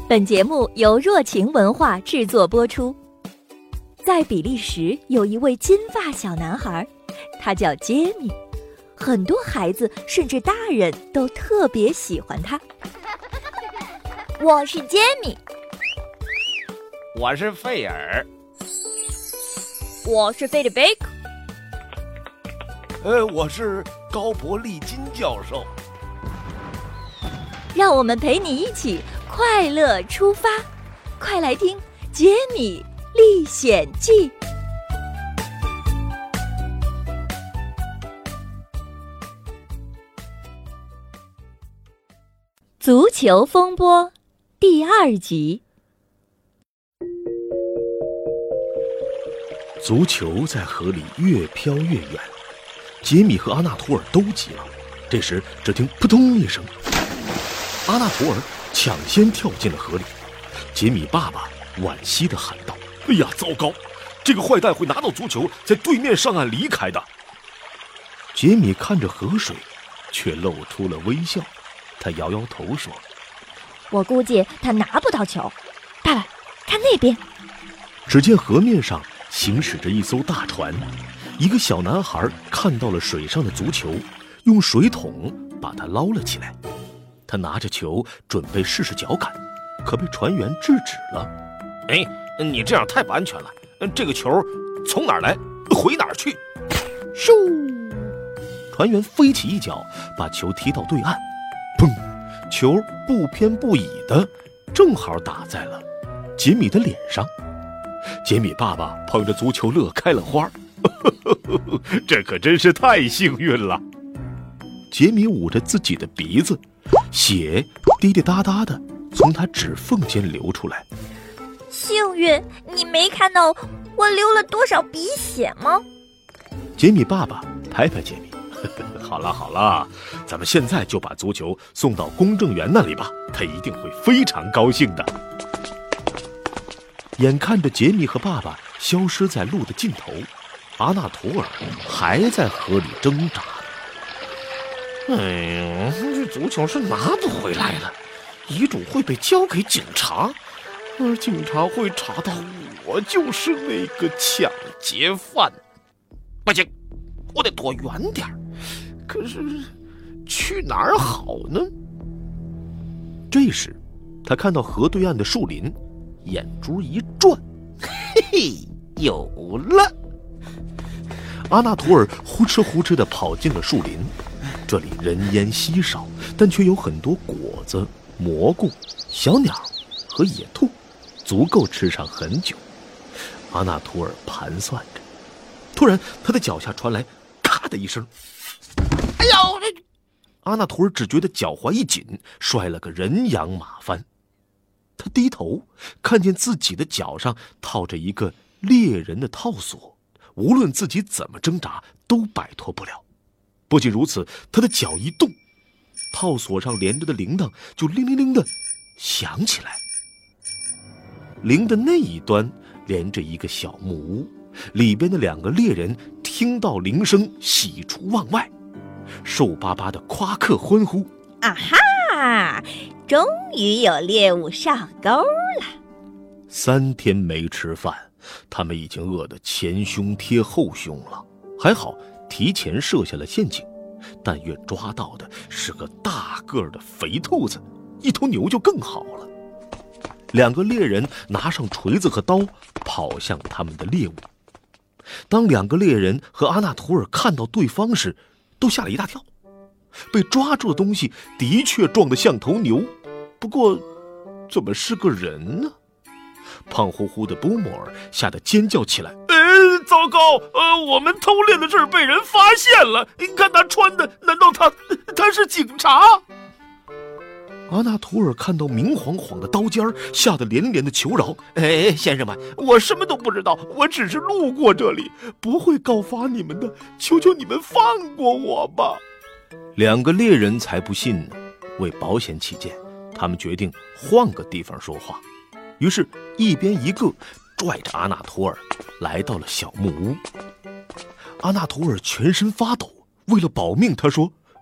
本节目由若晴文化制作播出。在比利时有一位金发小男孩，他叫杰米，很多孩子甚至大人都特别喜欢他。 我是杰米， 我是费尔， 我是菲利贝克， 我是高伯利金教授。 让我们陪你一起快乐出发，快来听《杰米历险记》。足球风波第2集。 足球在河里越飘越远，杰米和阿纳图尔都急了。这时只听扑通一声，阿纳图尔抢先跳进了河里。杰米爸爸惋惜地喊道：哎呀，糟糕，这个坏蛋会拿到足球在对面上岸离开的。杰米看着河水却露出了微笑，他摇摇头说： 我估计他拿不到球。爸爸，看那边。 只见河面上行驶着一艘大船，一个小男孩看到了水上的足球，用水桶把它捞了起来。他拿着球准备试试脚感，可被船员制止了。 哎，你这样太不安全了，这个球从哪儿来回哪儿去。 咻！船员飞起一脚把球踢到对岸，砰！球不偏不倚的正好打在了杰米的脸上。杰米爸爸捧着足球乐开了花，这可真是太幸运了。杰米捂着自己的鼻子，血滴滴答答的从他指缝间流出来。 幸运？你没看到我流了多少鼻血吗？ 杰米爸爸拍拍杰米，好了，咱们现在就把足球送到公证员那里吧，他一定会非常高兴的。眼看着杰米和爸爸消失在路的尽头，阿纳图尔还在河里挣扎。 哎呀，这足球是拿不回来了，遗嘱会被交给警察，而警察会查到我就是那个抢劫犯。不行，我得躲远点，可是去哪儿好呢？ 这时他看到河对岸的树林，眼珠一转，嘿嘿，有了！阿纳图尔呼哧呼哧地跑进了树林，这里人烟稀少，但却有很多果子、蘑菇、小鸟和野兔，足够吃上很久。阿纳图尔盘算着，突然他的脚下传来咔的一声， 哎呦！ 阿纳图尔只觉得脚踝一紧，摔了个人仰马翻。他低头看见自己的脚上套着一个猎人的套索，无论自己怎么挣扎都摆脱不了。不仅如此，他的脚一动，套索上连着的铃铛就铃铃铃的响起来。铃的那一端连着一个小木屋，里边的2个猎人听到铃声喜出望外，瘦巴巴的夸克欢呼： 啊哈，终于有猎物上钩了。 3天没吃饭，他们已经饿得前胸贴后胸了。还好提前设下了陷阱，但愿抓到的是个大个的肥兔子，一头牛就更好了。2个猎人拿上锤子和刀，跑向他们的猎物。当2个猎人和阿纳图尔看到对方时，都吓了一大跳。被抓住的东西的确壮得像头牛，不过怎么是个人呢？胖乎乎的波莫尔吓得尖叫起来： 糟糕，我们偷猎的事被人发现了，你看他穿的，难道他是警察？ 阿纳图尔看到明晃晃的刀尖，吓得连连的求饶： 先生们，我什么都不知道，我只是路过这里，不会告发你们的，求求你们放过我吧。 2个猎人才不信呢，为保险起见，他们决定换个地方说话。于是一边一个拽着阿纳图尔来到了小木屋。阿纳图尔全身发抖，为了保命，他说：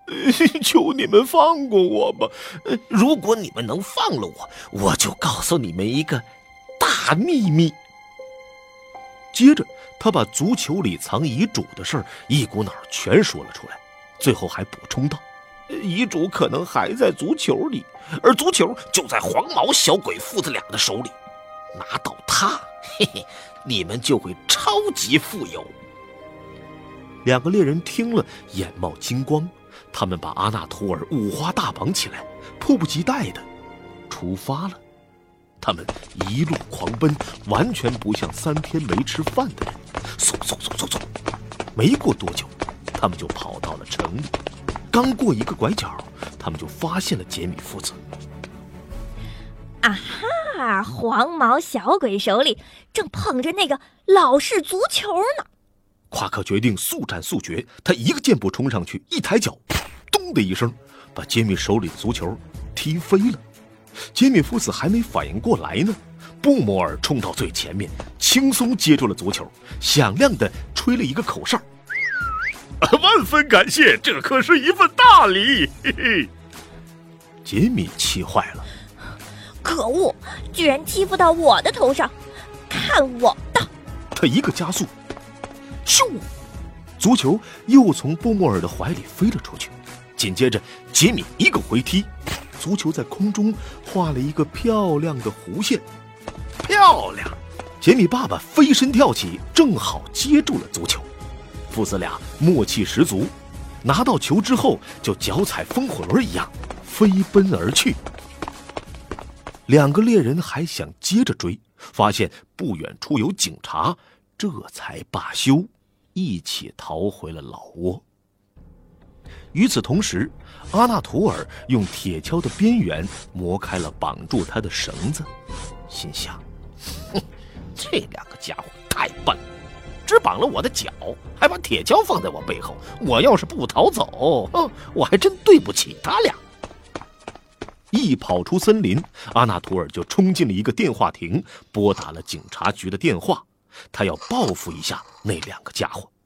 求你们放过我吧！如果你们能放了我，我就告诉你们一个大秘密。接着，他把足球里藏遗嘱的事儿一股脑全说了出来，最后还补充道：遗嘱可能还在足球里，而足球就在黄毛小鬼父子俩的手里。拿到它，嘿嘿，你们就会超级富有。两个猎人听了，眼冒金光，他们把阿纳图尔五花大绑起来，迫不及待地出发了。他们一路狂奔，完全不像3天没吃饭的人。嗖嗖嗖嗖嗖，没过多久，他们就跑到了城里。刚过一个拐角，他们就发现了杰米父子。 啊哈！黄毛小鬼手里正捧着那个老式足球呢。 夸克决定速战速决，他一个箭步冲上去，一抬脚，咚的一声，把杰米手里的足球踢飞了。杰米父子还没反应过来呢，布摩尔冲到最前面，轻松接住了足球，响亮地吹了一个口哨。万分感谢，这可是一份大礼！嘿嘿。杰米气坏了， 可恶，居然欺负到我的头上，看我的！ 他一个加速，咻，足球又从布莫尔的怀里飞了出去。紧接着，杰米一个回踢，足球在空中画了一个漂亮的弧线。漂亮！杰米爸爸飞身跳起，正好接住了足球。父子俩默契十足，拿到球之后就脚踩风火轮一样飞奔而去。两个猎人还想接着追，发现不远处有警察，这才罢休，一起逃回了老窝。与此同时，阿纳图尔用铁锹的边缘磨开了绑住他的绳子，心想：哼，这两个家伙太笨，只绑了我的脚，还把铁锹放在我背后。我要是不逃走，我还真对不起他俩。一跑出森林，阿纳图尔就冲进了一个电话亭，拨打了警察局的电话，他要报复一下那两个家伙。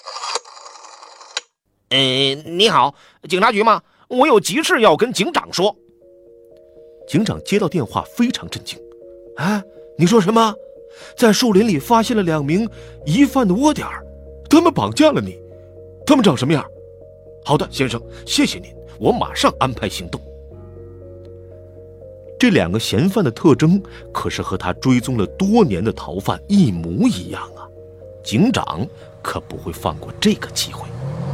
你好，警察局吗？我有急事要跟警长说。警长接到电话非常震惊。你说什么？在树林里发现了2名疑犯的窝点，他们绑架了你，他们长什么样？好的，先生，谢谢您，我马上安排行动。这2个嫌犯的特征可是和他追踪了多年的逃犯一模一样啊！警长可不会放过这个机会。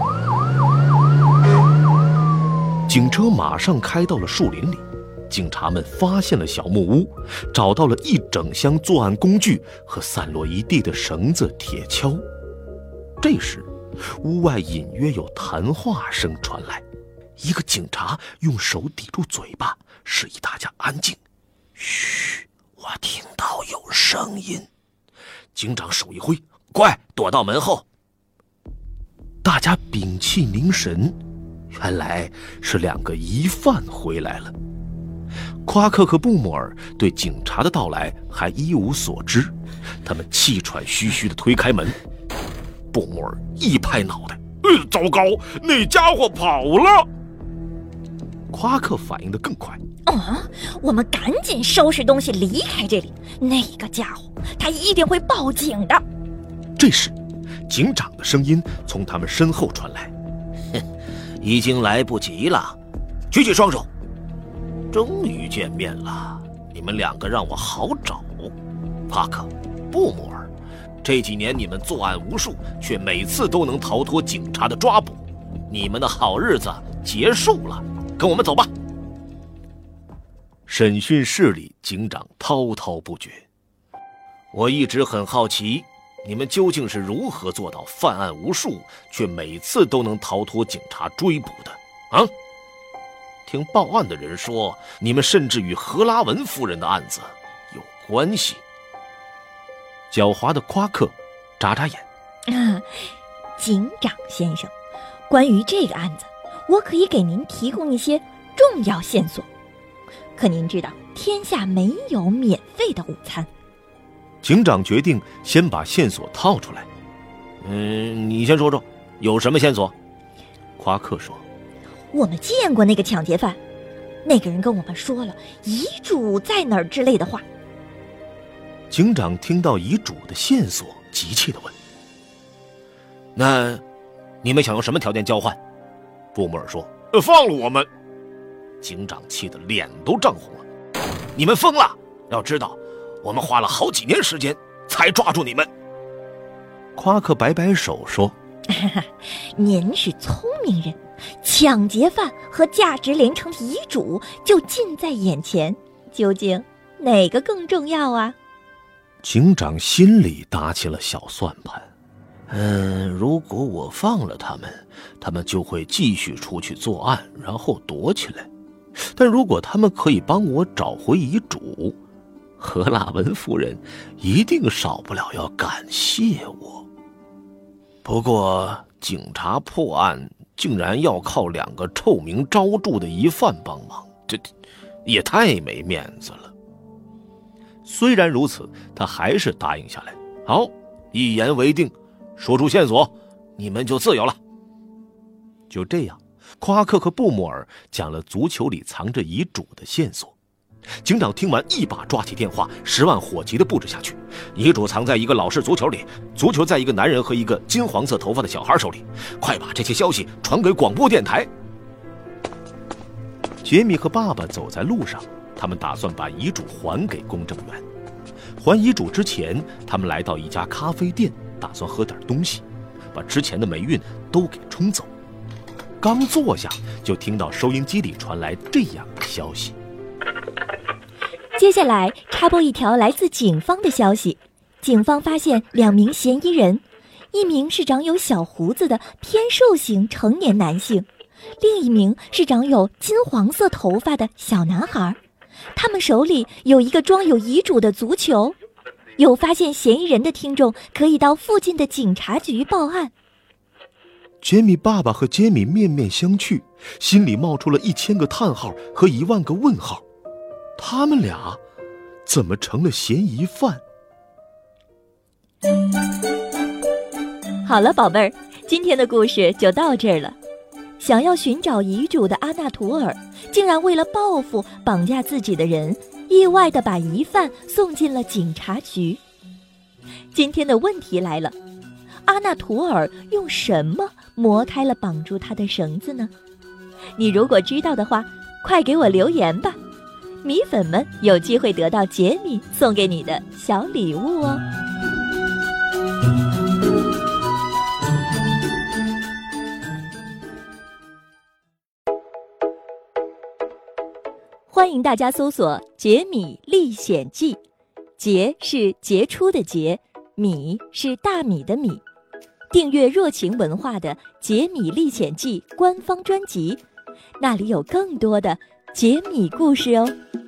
警车马上开到了树林里，警察们发现了小木屋，找到了一整箱作案工具和散落一地的绳子、铁锹。这时，屋外隐约有谈话声传来，一个警察用手抵住嘴巴，示意大家安静。嘘，我听到有声音。警长手一挥，快躲到门后。大家屏气凝神，原来是2个疑犯回来了。夸克和布莫尔对警察的到来还一无所知，他们气喘吁吁地推开门。布莫尔一拍脑袋，糟糕，那家伙跑了。夸克反应得更快， 我们赶紧收拾东西离开这里，那个家伙他一定会报警的。 这时警长的声音从他们身后传来，已经来不及了，举起双手。终于见面了，你们2个让我好找。帕克、布莫尔，这几年你们作案无数，却每次都能逃脱警察的抓捕，你们的好日子结束了，跟我们走吧。审讯室里，警长滔滔不绝。我一直很好奇，你们究竟是如何做到犯案无数，却每次都能逃脱警察追捕的啊？听报案的人说，你们甚至与荷拉文夫人的案子有关系。狡猾的夸克眨眨眼， 警长先生，关于这个案子，我可以给您提供一些重要线索。可您知道，天下没有免费的午餐。 警长决定先把线索套出来。你先说说，有什么线索？夸克说， 我们见过那个抢劫犯，那个人跟我们说了遗嘱在哪儿之类的话。 警长听到遗嘱的线索，急切地问：那你们想用什么条件交换？布穆尔说： 放了我们。 警长气得脸都涨红了：你们疯了！要知道我们花了好几年时间才抓住你们。夸克摆摆手说： 您是聪明人，抢劫犯和价值连城的遗嘱就近在眼前，究竟哪个更重要啊？ 警长心里打起了小算盘。如果我放了他们，他们就会继续出去作案，然后躲起来。但如果他们可以帮我找回遗嘱，荷拉文夫人一定少不了要感谢我。不过警察破案竟然要靠2个臭名昭著的疑犯帮忙，这也太没面子了。虽然如此，他还是答应下来。好，一言为定，说出线索，你们就自由了。就这样，夸克和布穆尔讲了足球里藏着遗嘱的线索。警长听完，一把抓起电话，10万火急地布置下去。遗嘱藏在一个老式足球里，足球在一个男人和一个金黄色头发的小孩手里。快把这些消息传给广播电台。杰米和爸爸走在路上，他们打算把遗嘱还给公证员。还遗嘱之前，他们来到一家咖啡店，打算喝点东西，把之前的霉运都给冲走。刚坐下，就听到收音机里传来这样的消息。 接下来插播一条来自警方的消息，警方发现2名嫌疑人，一名是长有小胡子的偏瘦型成年男性，另一名是长有金黄色头发的小男孩。他们手里有一个装有遗嘱的足球。有发现嫌疑人的听众可以到附近的警察局报案。 杰米爸爸和杰米面面相觑，心里冒出了1000个叹号和1万个问号。他们俩怎么成了嫌疑犯？ 好了，宝贝儿，今天的故事就到这儿了。想要寻找遗嘱的阿纳图尔，竟然为了报复绑架自己的人，意外地把疑犯送进了警察局。今天的问题来了，阿纳图尔用什么磨开了绑住他的绳子呢？你如果知道的话，快给我留言吧。米粉们有机会得到杰米送给你的小礼物哦。欢迎大家搜索杰米历险记，杰是杰出的杰，米是大米的米。订阅若晴文化的杰米历险记官方专辑，那里有更多的杰米故事哦。